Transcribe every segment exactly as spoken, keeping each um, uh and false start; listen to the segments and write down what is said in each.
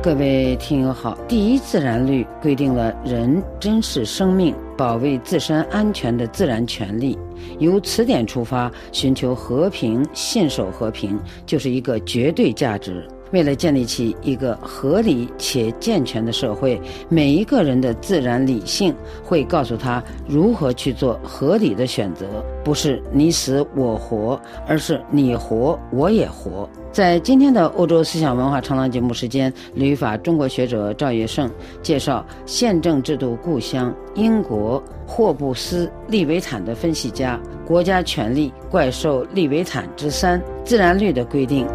各位听友好，第一自然律规定了人珍视生命、保卫自身安全的自然权利。由此点出发，寻求和平、信守和平，就是一个绝对价值。为了建立起一个合理且健全的社会，每一个人的自然理性会告诉他如何去做合理的选择，不是你死我活，而是你活我也活。在今天的欧洲思想文化长廊节目时间，旅法中国学者赵业胜介绍宪政制度故乡英国霍布斯利维坦的分析家，国家权力怪兽利维坦之三，自然律的规定。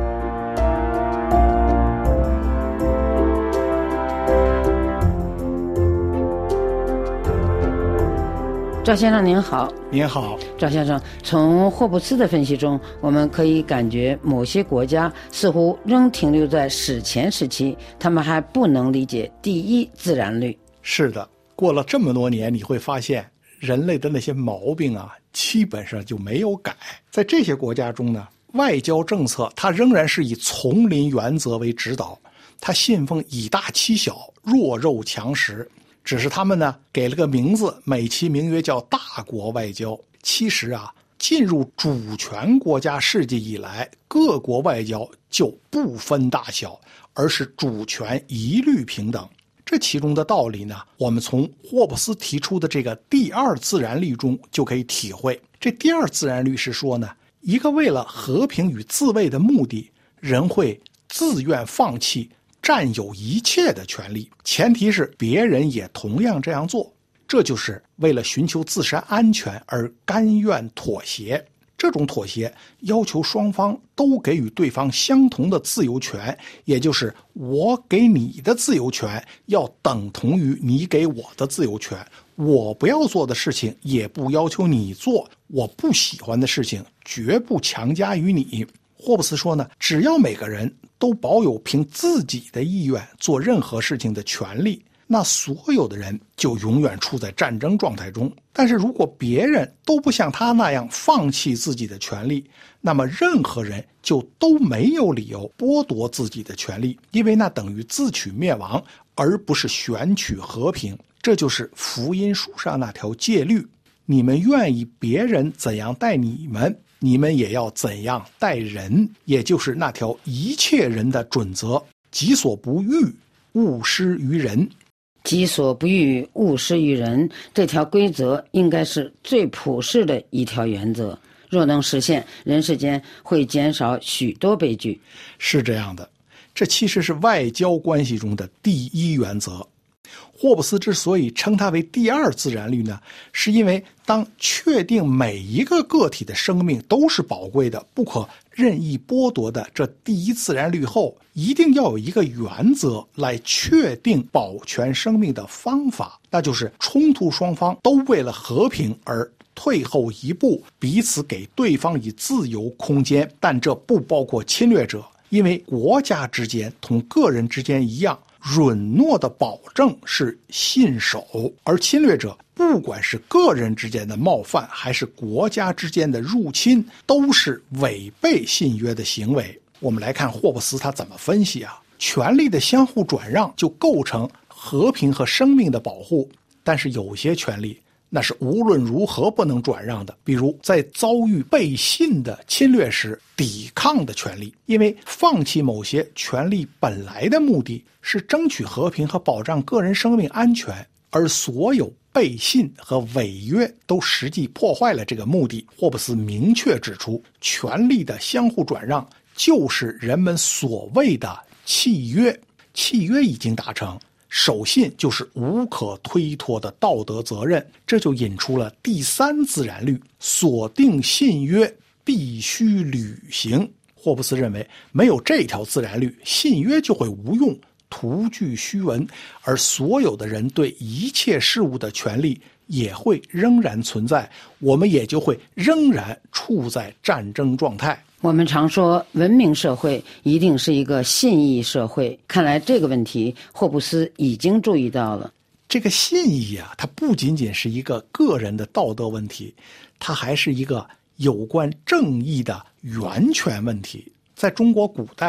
赵先生您好。 您好。 赵先生，从霍布斯的分析中，我们可以感觉某些国家似乎仍停留在史前时期，他们还不能理解第一自然律。 是的，过了这么多年，你会发现人类的那些毛病啊，基本上就没有改。在这些国家中呢，外交政策它仍然是以丛林原则为指导，它信奉以大欺小、弱肉强食。只是他们呢给了个名字，美其名曰叫大国外交。其实啊，进入主权国家世纪以来，各国外交就不分大小，而是主权一律平等。这其中的道理呢，我们从霍布斯提出的这个第二自然律中就可以体会。这第二自然律是说呢，一个为了和平与自卫的目的，人会自愿放弃占有一切的权利，前提是别人也同样这样做，这就是为了寻求自身安全而甘愿妥协。这种妥协要求双方都给予对方相同的自由权，也就是我给你的自由权要等同于你给我的自由权，我不要做的事情也不要求你做，我不喜欢的事情绝不强加于你。霍布斯说呢，只要每个人都保有凭自己的意愿做任何事情的权利，那所有的人就永远处在战争状态中。但是如果别人都不像他那样放弃自己的权利，那么任何人就都没有理由剥夺自己的权利，因为那等于自取灭亡，而不是选取和平。这就是福音书上那条戒律，你们愿意别人怎样待你们，你们也要怎样待人，也就是那条一切人的准则，己所不欲，勿施于人。 己所不欲，勿施于人，这条规则应该是最普世的一条原则。若能实现，人世间会减少许多悲剧。 是这样的，这其实是外交关系中的第一原则。霍布斯之所以称它为第二自然律呢，是因为当确定每一个个体的生命都是宝贵的、不可任意剥夺的这第一自然律后，一定要有一个原则来确定保全生命的方法，那就是冲突双方都为了和平而退后一步，彼此给对方以自由空间，但这不包括侵略者，因为国家之间同个人之间一样，允诺的保证是信守，而侵略者不管是个人之间的冒犯还是国家之间的入侵，都是违背信约的行为。我们来看霍布斯他怎么分析啊？权力的相互转让就构成和平和生命的保护，但是有些权利那是无论如何不能转让的，比如在遭遇背信的侵略时抵抗的权利。因为放弃某些权利本来的目的是争取和平和保障个人生命安全，而所有背信和违约都实际破坏了这个目的。霍布斯明确指出，权力的相互转让就是人们所谓的契约，契约已经达成，守信就是无可推脱的道德责任。这就引出了第三自然律，锁定信约必须履行。霍布斯认为，没有这条自然律，信约就会无用，徒具虚文，而所有的人对一切事物的权利也会仍然存在，我们也就会仍然处在战争状态。 我们常说文明社会一定是一个信义社会，看来这个问题霍布斯已经注意到了。 这个信义啊，它不仅仅是一个个人的道德问题，它还是一个有关正义的源泉问题。在中国古代啊，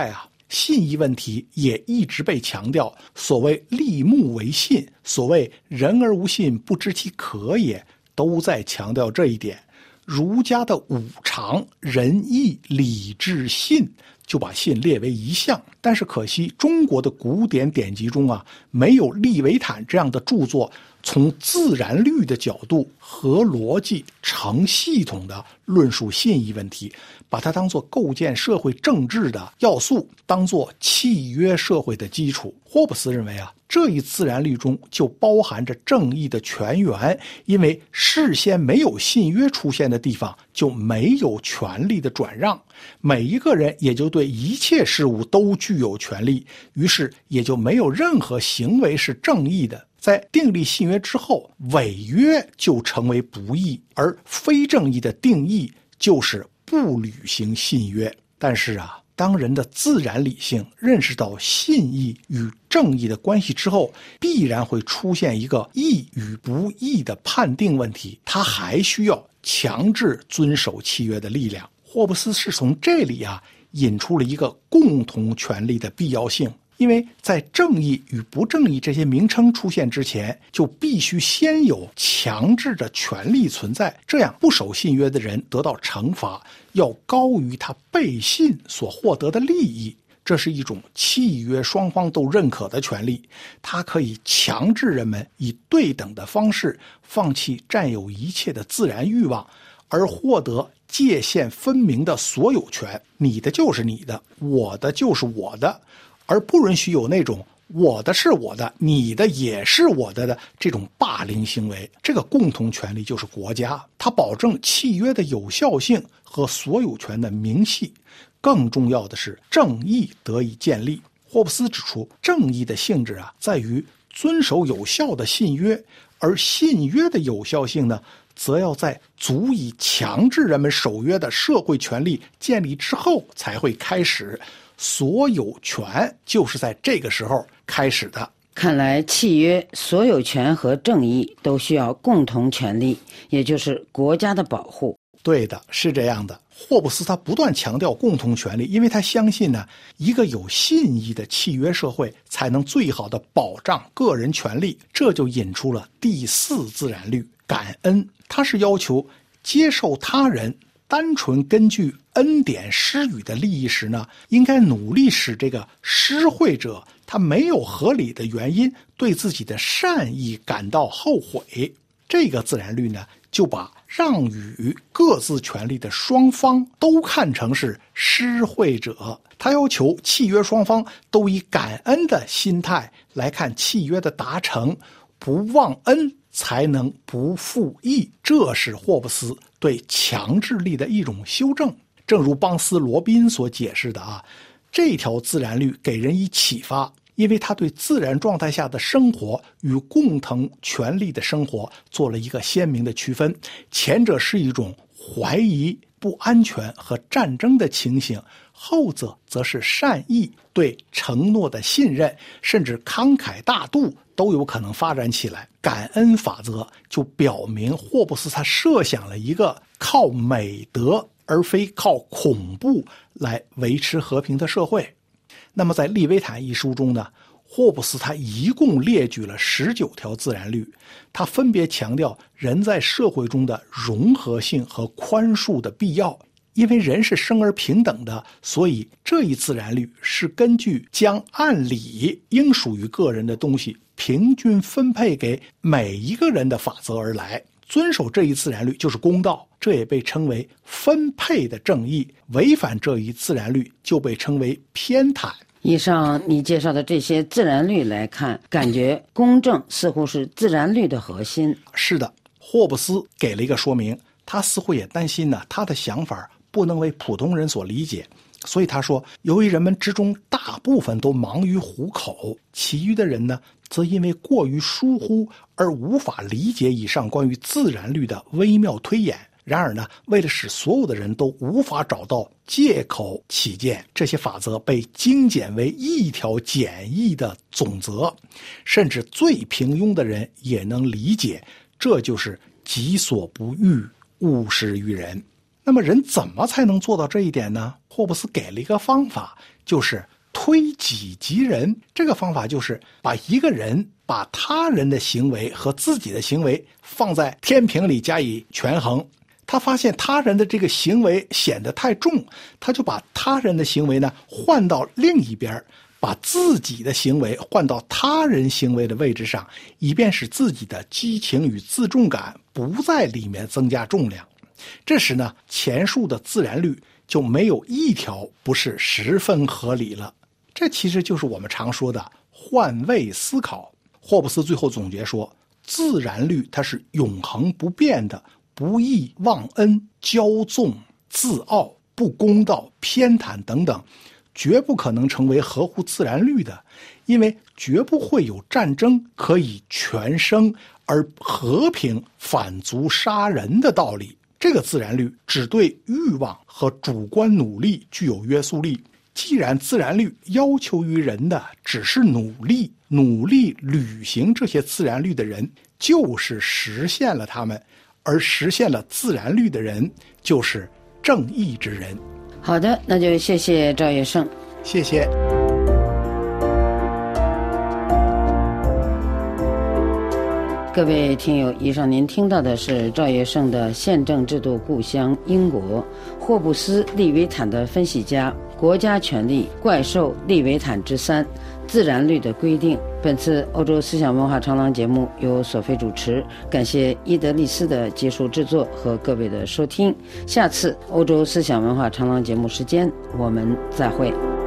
信义问题也一直被强调，所谓立木为信，所谓人而无信，不知其可也，都在强调这一点。儒家的五常，仁义礼智信，就把信列为一项。但是可惜中国的古典典籍中啊，没有利维坦这样的著作，从自然律的角度和逻辑成系统的论述信义问题，把它当作构建社会政治的要素，当作契约社会的基础。霍布斯认为啊，这一自然律中就包含着正义的泉源，因为事先没有信约出现的地方，就没有权利的转让，每一个人也就对一切事物都具有权利，于是也就没有任何行为是正义的。在订立信约之后，违约就成为不义，而非正义的定义就是不履行信约。但是啊，当人的自然理性认识到信义与正义的关系之后，必然会出现一个义与不义的判定问题，他还需要强制遵守契约的力量。霍布斯是从这里啊引出了一个共同权利的必要性。因为在正义与不正义这些名称出现之前，就必须先有强制的权利存在，这样不守信约的人得到惩罚要高于他背信所获得的利益。这是一种契约双方都认可的权利，它可以强制人们以对等的方式放弃占有一切的自然欲望，而获得界限分明的所有权。你的就是你的，我的就是我的，而不允许有那种我的是我的，你的也是我的的这种霸凌行为。这个共同权利就是国家，它保证契约的有效性和所有权的明细。更重要的是正义得以建立。霍布斯指出，正义的性质啊，在于遵守有效的信约，而信约的有效性呢，则要在足以强制人们守约的社会权利建立之后才会开始。所有权就是在这个时候开始的。 看来契约、所有权和正义都需要共同权利，也就是国家的保护。 对的，是这样的。霍布斯他不断强调共同权利，因为他相信呢，一个有信义的契约社会才能最好的保障个人权利。这就引出了第四自然律——感恩。它是要求接受他人单纯根据恩典施予的利益时呢，应该努力使这个施惠者他没有合理的原因对自己的善意感到后悔。这个自然律呢，就把让与各自权利的双方都看成是施惠者。他要求契约双方都以感恩的心态来看契约的达成，不忘恩才能不负义。这是霍布斯对强制力的一种修正。正如邦斯罗宾所解释的啊，这条自然律给人以启发，因为他对自然状态下的生活与共同权利的生活做了一个鲜明的区分。前者是一种怀疑、不安全和战争的情形，后者则是善意、对承诺的信任，甚至慷慨大度都有可能发展起来。感恩法则就表明霍布斯他设想了一个靠美德而非靠恐怖来维持和平的社会。那么在利维坦一书中呢，霍布斯他一共列举了十九条自然律，他分别强调人在社会中的融合性和宽恕的必要。因为人是生而平等的，所以这一自然律是根据将按理应属于个人的东西平均分配给每一个人的法则而来。遵守这一自然律就是公道，这也被称为分配的正义。违反这一自然律就被称为偏袒。 以上你介绍的这些自然律来看，感觉公正似乎是自然律的核心。 是的，霍布斯给了一个说明，他似乎也担心呢，他的想法不能为普通人所理解，所以他说，由于人们之中大部分都忙于糊口，其余的人呢，则因为过于疏忽而无法理解以上关于自然律的微妙推演。然而呢，为了使所有的人都无法找到借口起见，这些法则被精简为一条简易的总则，甚至最平庸的人也能理解，这就是己所不欲，勿施于人。那么人怎么才能做到这一点呢？霍布斯给了一个方法，就是推推己及人，这个方法就是把一个人把他人的行为和自己的行为放在天平里加以权衡。他发现他人的这个行为显得太重，他就把他人的行为呢换到另一边，把自己的行为换到他人行为的位置上，以便使自己的激情与自重感不在里面增加重量。这时呢，前述的自然律就没有一条不是十分合理了。这其实就是我们常说的换位思考。霍布斯最后总结说，自然律它是永恒不变的，不义忘恩、骄纵、自傲、不公道、偏袒等等，绝不可能成为合乎自然律的，因为绝不会有战争可以全生而和平反族杀人的道理。这个自然律只对欲望和主观努力具有约束力。既然自然律要求于人的只是努力，努力履行这些自然律的人就是实现了他们，而实现了自然律的人就是正义之人。 好的，那就谢谢赵业胜。 谢谢。 各位听友，以上您听到的是赵业胜的《宪政制度故乡英国》，霍布斯利维坦的分析家，国家权力怪兽利维坦之三，自然律的规定。本次欧洲思想文化长廊节目由索菲主持，感谢伊德利斯的技术制作和各位的收听。下次欧洲思想文化长廊节目时间，我们再会。